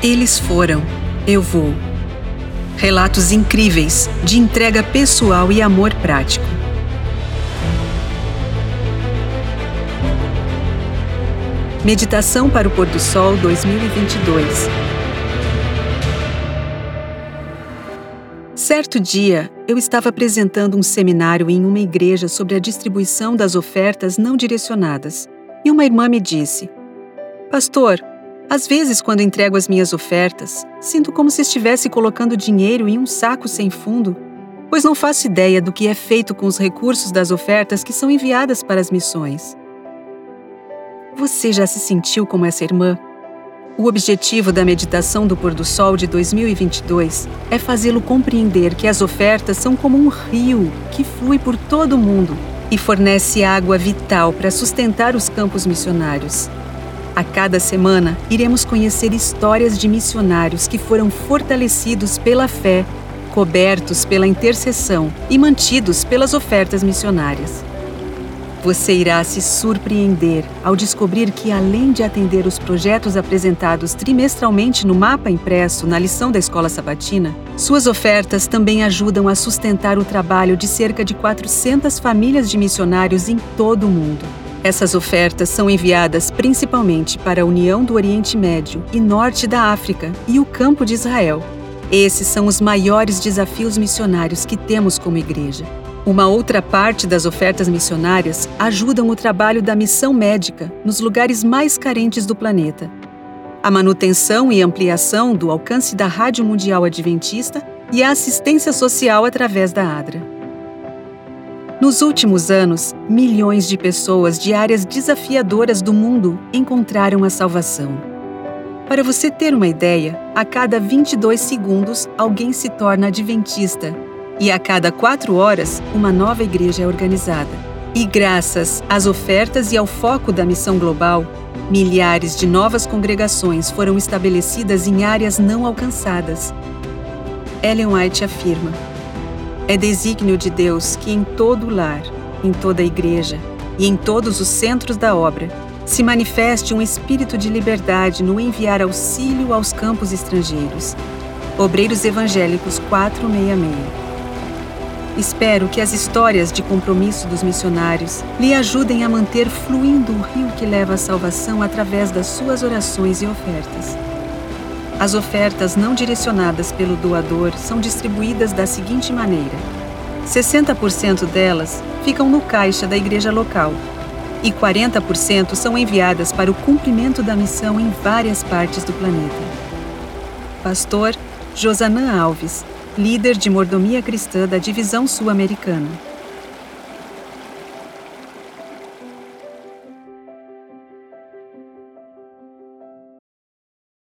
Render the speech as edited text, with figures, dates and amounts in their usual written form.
Eles foram, eu vou. Relatos incríveis de entrega pessoal e amor prático. Meditação para o Pôr do Sol 2022. Certo dia, eu estava apresentando um seminário em uma igreja sobre a distribuição das ofertas não direcionadas, e uma irmã me disse: "Pastor, às vezes quando entrego as minhas ofertas, sinto como se estivesse colocando dinheiro em um saco sem fundo, pois não faço ideia do que é feito com os recursos das ofertas que são enviadas para as missões." Você já se sentiu como essa irmã? O objetivo da meditação do Pôr do Sol de 2022 é fazê-lo compreender que as ofertas são como um rio que flui por todo o mundo e fornece água vital para sustentar os campos missionários. A cada semana, iremos conhecer histórias de missionários que foram fortalecidos pela fé, cobertos pela intercessão e mantidos pelas ofertas missionárias. Você irá se surpreender ao descobrir que, além de atender os projetos apresentados trimestralmente no mapa impresso na lição da Escola Sabatina, suas ofertas também ajudam a sustentar o trabalho de cerca de 400 famílias de missionários em todo o mundo. Essas ofertas são enviadas principalmente para a União do Oriente Médio e Norte da África e o Campo de Israel. Esses são os maiores desafios missionários que temos como igreja. Uma outra parte das ofertas missionárias ajudam o trabalho da missão médica nos lugares mais carentes do planeta, a manutenção e ampliação do alcance da Rádio Mundial Adventista e a assistência social através da ADRA. Nos últimos anos, milhões de pessoas de áreas desafiadoras do mundo encontraram a salvação. Para você ter uma ideia, a cada 22 segundos alguém se torna adventista, e a cada 4 horas, uma nova igreja é organizada. E graças às ofertas e ao foco da missão global, milhares de novas congregações foram estabelecidas em áreas não alcançadas. Ellen White afirma: "É desígnio de Deus que em todo lar, em toda igreja e em todos os centros da obra, se manifeste um espírito de liberdade no enviar auxílio aos campos estrangeiros." Obreiros Evangélicos 466. Espero que as histórias de compromisso dos missionários lhe ajudem a manter fluindo o rio que leva à salvação através das suas orações e ofertas. As ofertas não direcionadas pelo doador são distribuídas da seguinte maneira: 60% delas ficam no caixa da igreja local e 40% são enviadas para o cumprimento da missão em várias partes do planeta. Pastor Josanã Alves, líder de mordomia cristã da Divisão Sul-Americana.